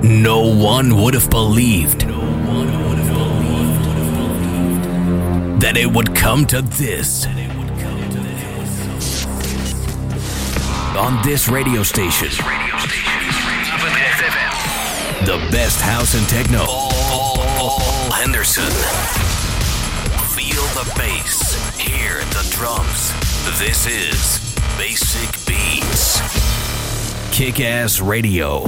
No one would have believed that it would come to this. On this radio station, the best house and techno. Paul Henderson. Feel the bass, hear the drums. This is Basic Beats. Kick-Ass Radio.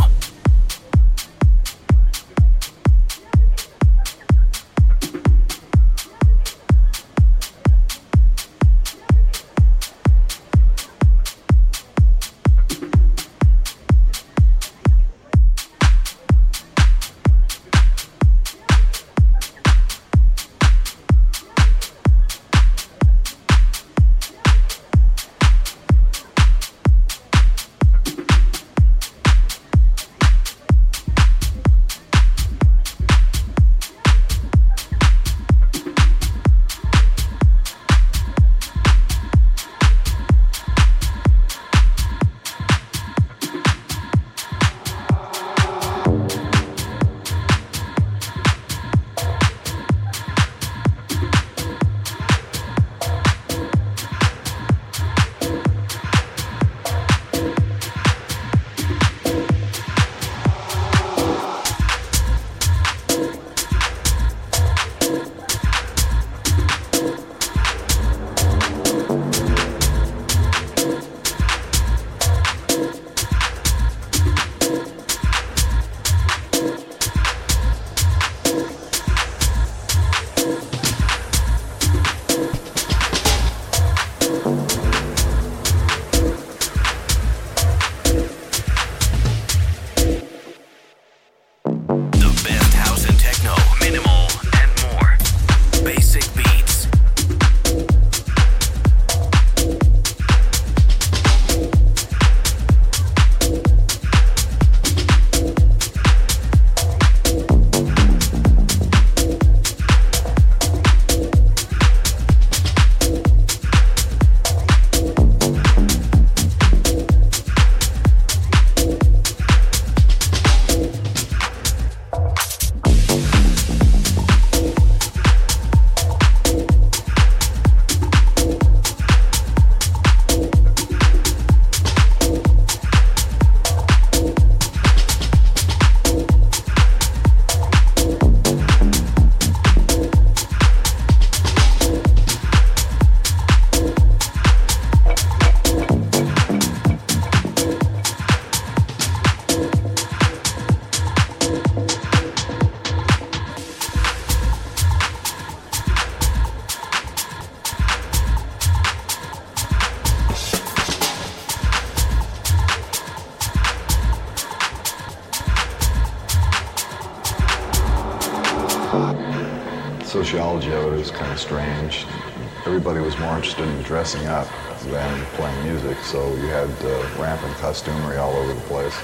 Sociology of it was kind of strange. Everybody was more interested in dressing up than playing music, so you had rampant costumery all over the place.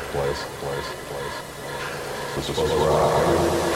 This was rock.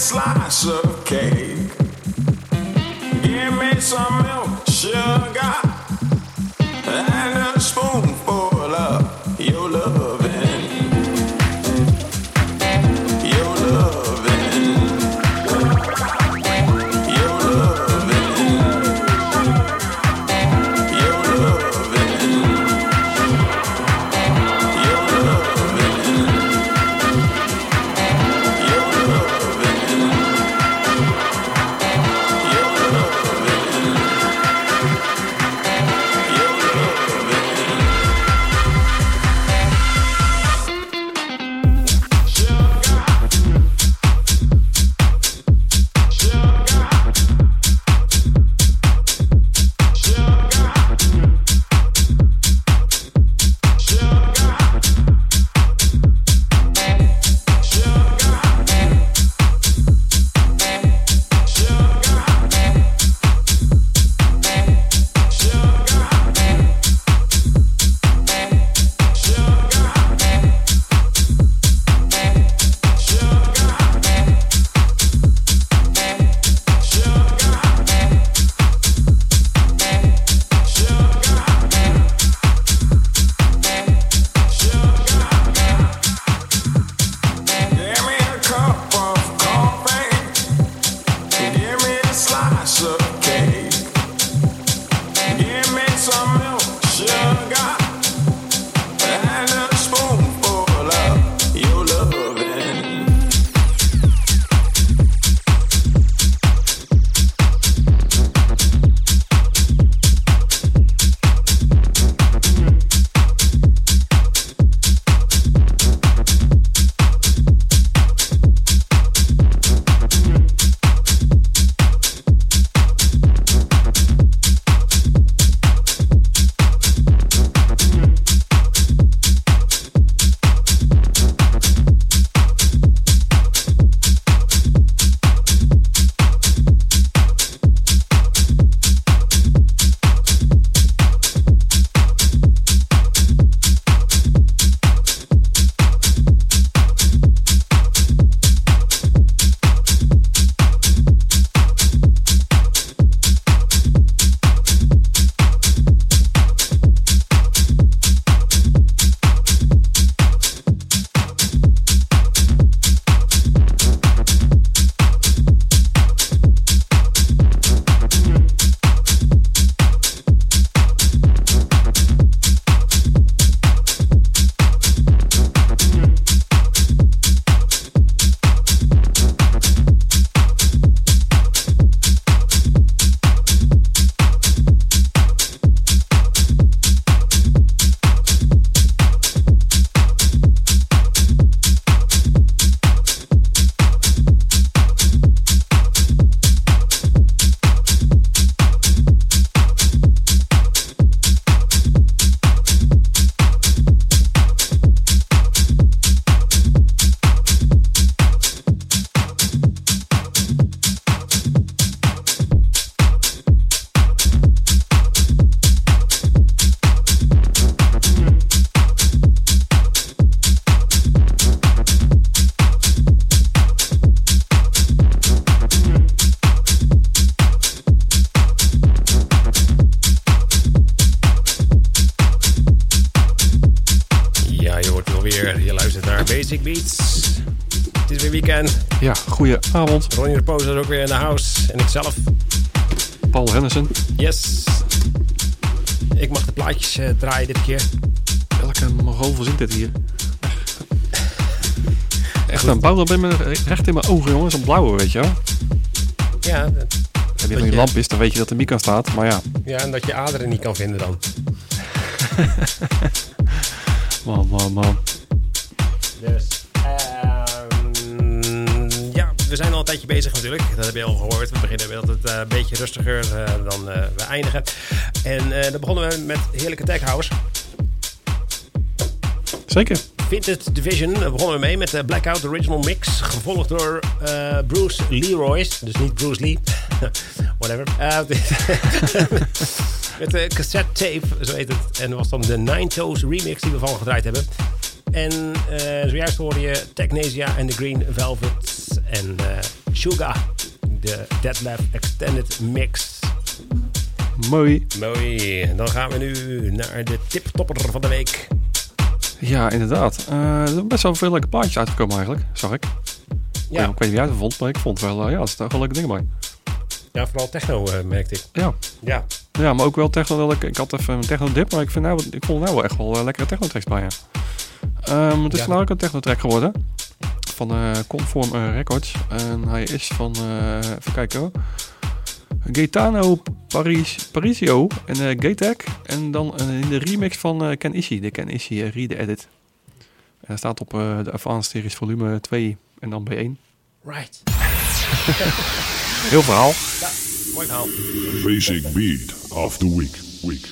slice of cake. Give me some milk, sugar, and a spoonful of your loving. Your loving. Your loving. Your loving. Your loving. Basic Beats. Het is weer weekend. Ja, goedenavond. Ronnie de Poos is ook weer in de house. En ikzelf. Paul Henderson. Yes. Ik mag de plaatjes draaien dit keer. Welke mogol verzint dit hier? Echt een bouw bij me recht in mijn ogen, jongen. Zo'n blauwe, weet je wel. Ja. Als er een lamp is, dan weet je dat de micro staat. Maar ja. Ja, en dat je aderen niet kan vinden dan. Man. Dus, ja, we zijn al een tijdje bezig natuurlijk. Dat heb je al gehoord. We beginnen met altijd een beetje rustiger dan we eindigen. En dan begonnen we met heerlijke tech house. Zeker. Vintage Division begonnen we mee met de Blackout Original Mix. Gevolgd door Bruce Leroy's. Dus niet Bruce Lee. Whatever. Met de cassette tape, zo heet het. En dat was dan de Nine Toes remix die we van gedraaid hebben. En zojuist hoorde je Technasia en The Green Velvet. En Sugar. De Detlef Extended Mix. Mooi. Mooi. Dan gaan we nu naar de tiptopper van de week. Ja, inderdaad. Er zijn best wel veel leuke plaatjes uitgekomen eigenlijk, zag ik. Ja. Ik weet niet wie jij het vond, maar ik vond wel, er staan wel leuke dingen bij. Ja, vooral techno merkte ik. Ja. Ja. Ja, maar ook wel techno. Ik had even een techno dip, maar ik vond nou wel echt wel lekkere techno tracks bij. Het is vandaag ook een techno track geworden. Van Conform Records. En hij is van, even kijken hoor. Gaetano Parisio en Gatek. En dan in de remix van Ken Ishii. De Ken Ishii re-edit. En hij staat op de Advanced Series volume 2 en dan B1. Right. Heel verhaal. Ja, mooi verhaal. Basic beat of the week. Week.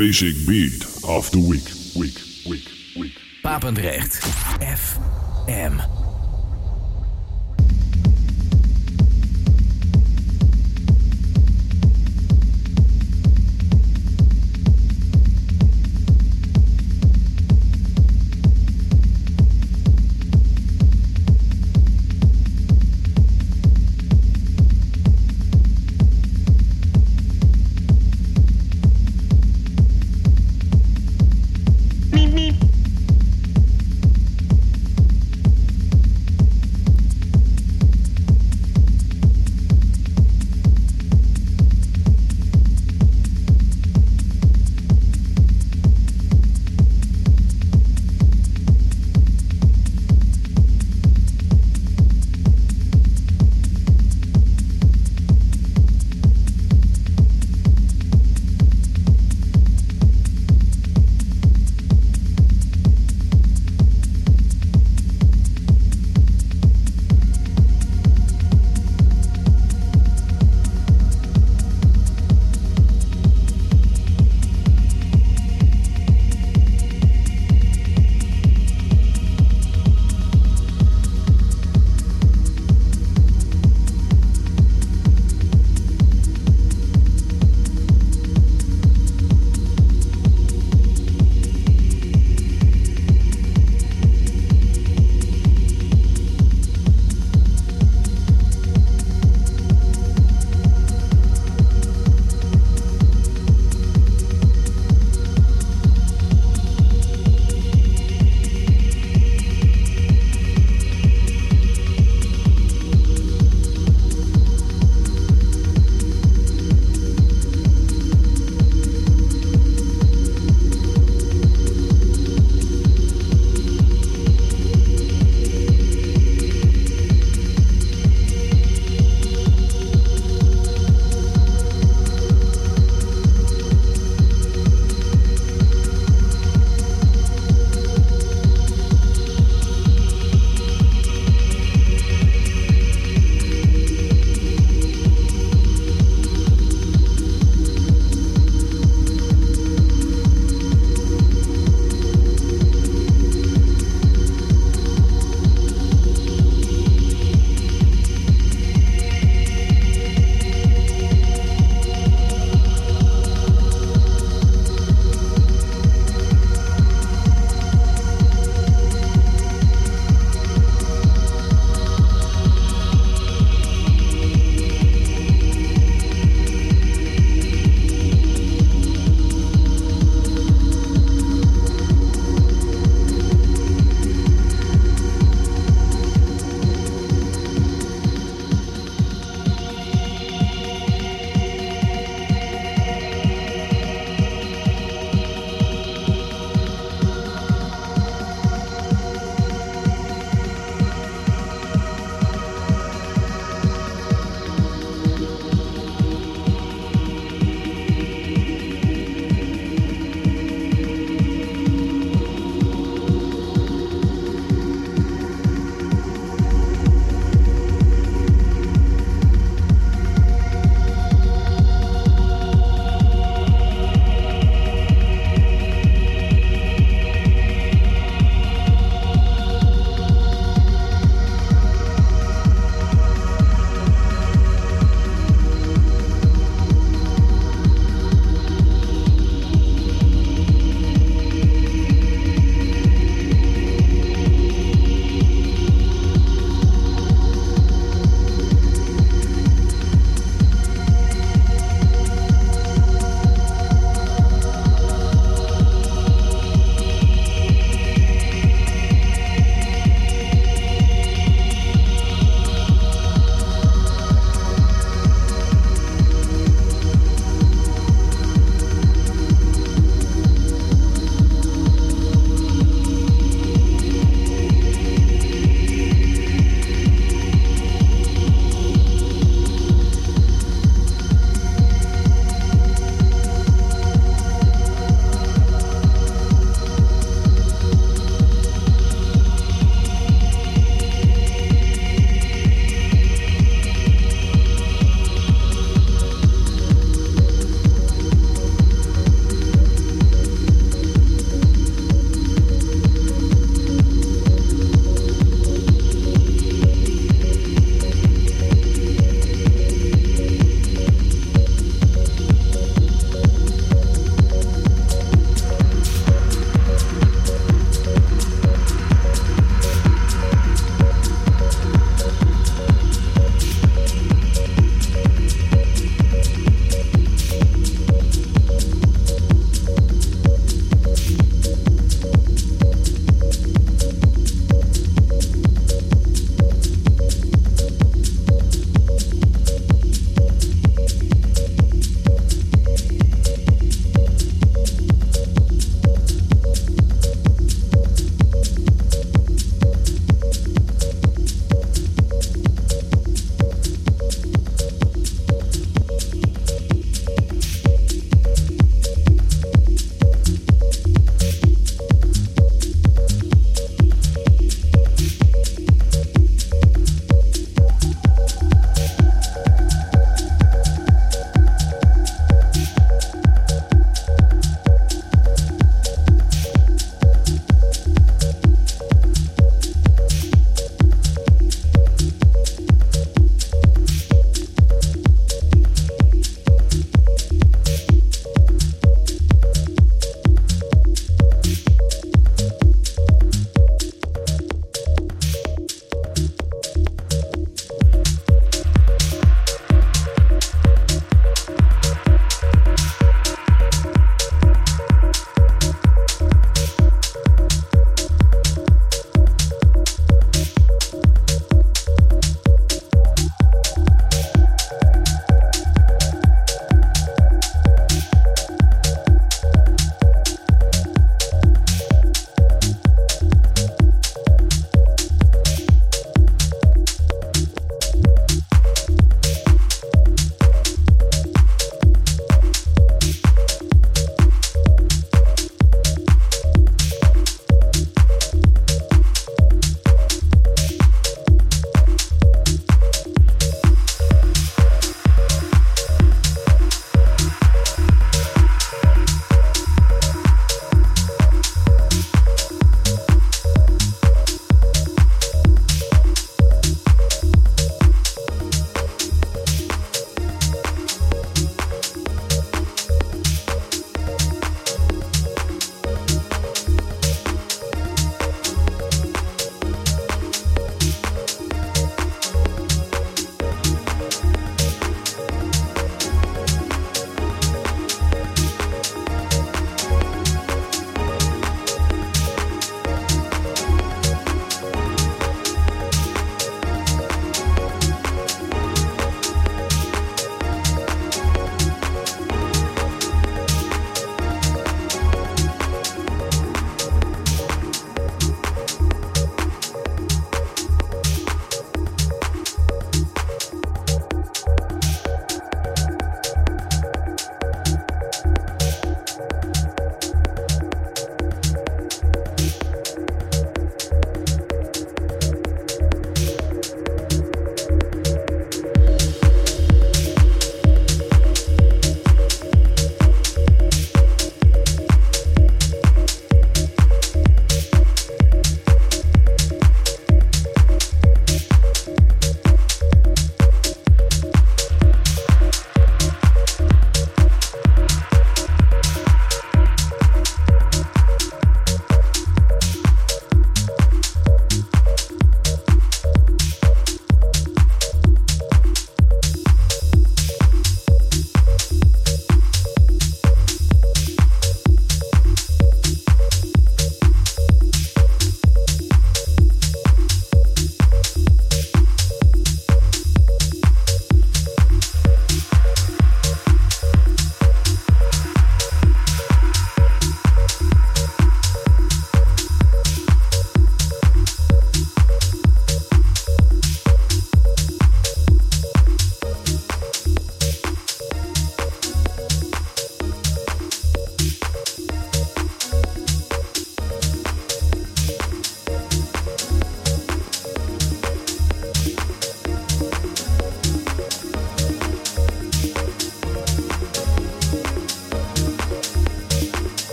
Basic Beat of the Week. Papendrecht FM.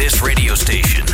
this radio station.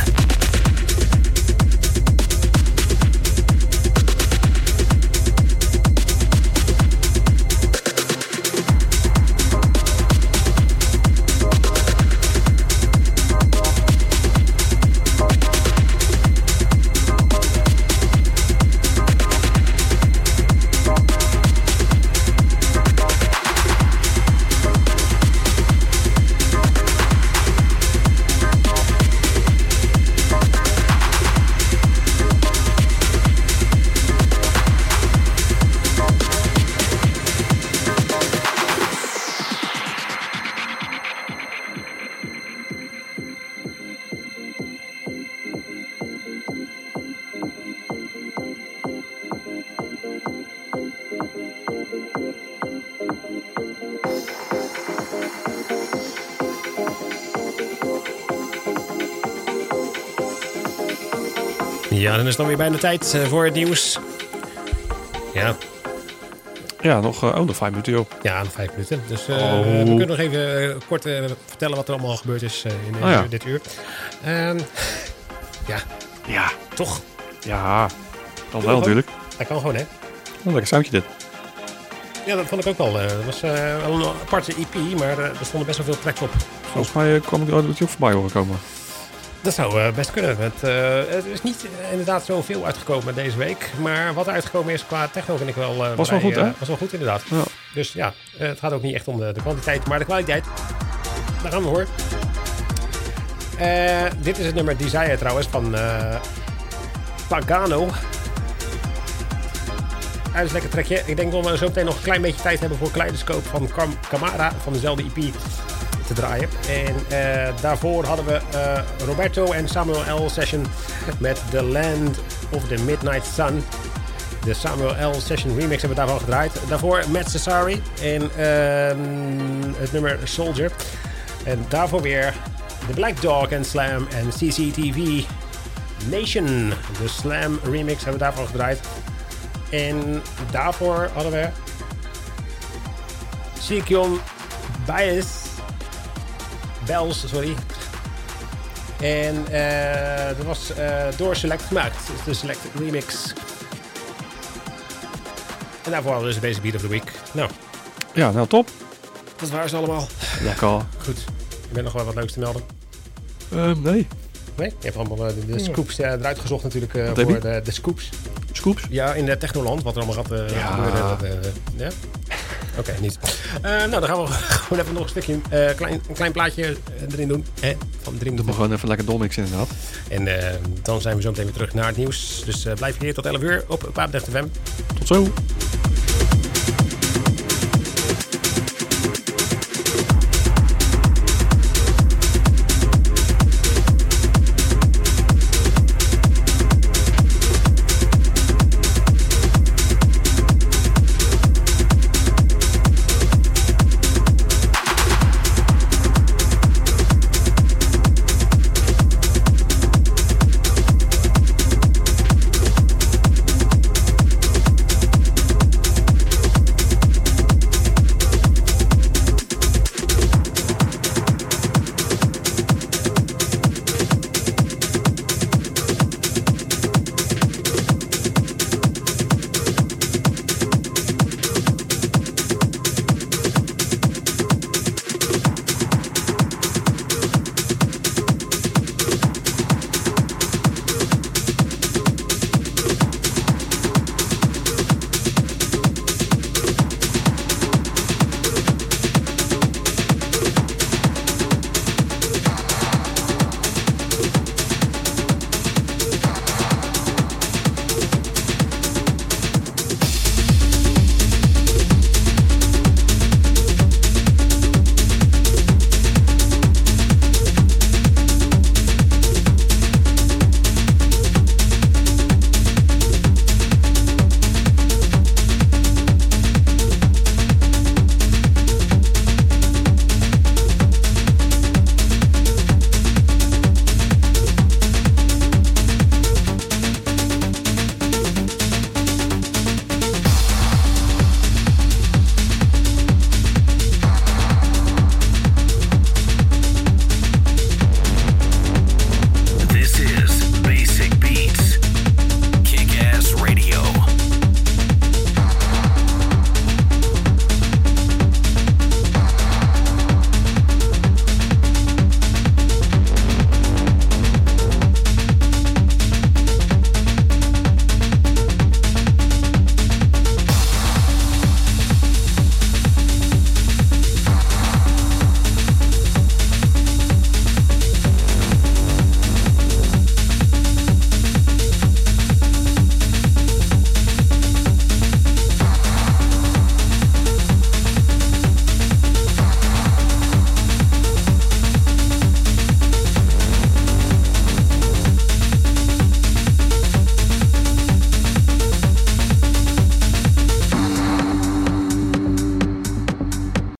Ja, dan is het dan weer bijna tijd voor het nieuws. Ja. Ja, nog 5 minuten, joh. Ja, nog 5 minuten. Dus we kunnen nog even kort vertellen wat er allemaal gebeurd is in dit uur. Ja. Ja. Toch? Ja, dan wel natuurlijk. Dat kan gewoon, hè? Een lekker soundje dit. Ja, dat vond ik ook wel. Het was wel een aparte EP, maar er stonden best wel veel tracks op. Volgens mij kwam ik ook voorbij horen komen. Dat zou best kunnen. Het is niet inderdaad zoveel uitgekomen deze week. Maar wat er uitgekomen is qua techno vind ik wel... was wel goed, hè? Was wel goed, inderdaad. Ja. Dus ja, het gaat ook niet echt om de kwantiteit, maar de kwaliteit. Daar gaan we hoor. Dit is het nummer Desire trouwens van Pagano. Dat is een lekker trekje. Ik denk dat we zo meteen nog een klein beetje tijd hebben voor Kaleidoscope van Camara van dezelfde EP te draaien. En daarvoor hadden we Roberto en Samuel L. Session met The Land of the Midnight Sun. De Samuel L. Session remix hebben we daarvan gedraaid. Daarvoor Matt Cesari en het nummer Soldier. En daarvoor weer The Black Dog en Slam en CCTV Nation. De Slam remix hebben we daarvan gedraaid. En daarvoor hadden we Sikion Bells, sorry. En dat was door Select gemaakt. Dus de Select remix. En daarvoor hadden we dus deze Beat of the Week. Nou. Ja, nou top. Dat waren ze allemaal. Lekker. Goed. Je bent nog wel wat leuks te melden? Nee. Nee? Je hebt allemaal de scoops eruit gezocht natuurlijk voor de scoops. Scoops? Ja, in Technoland. Wat er allemaal gaat gebeuren. Ja? Oké, niet. Nou, dan gaan we gewoon even nog een stukje, een klein plaatje erin doen. Van Dream. Doe maar gewoon even lekker dolmix inderdaad. En dan zijn we zo meteen weer terug naar het nieuws. Dus blijf hier tot 11 uur op Papendrecht FM. Tot zo.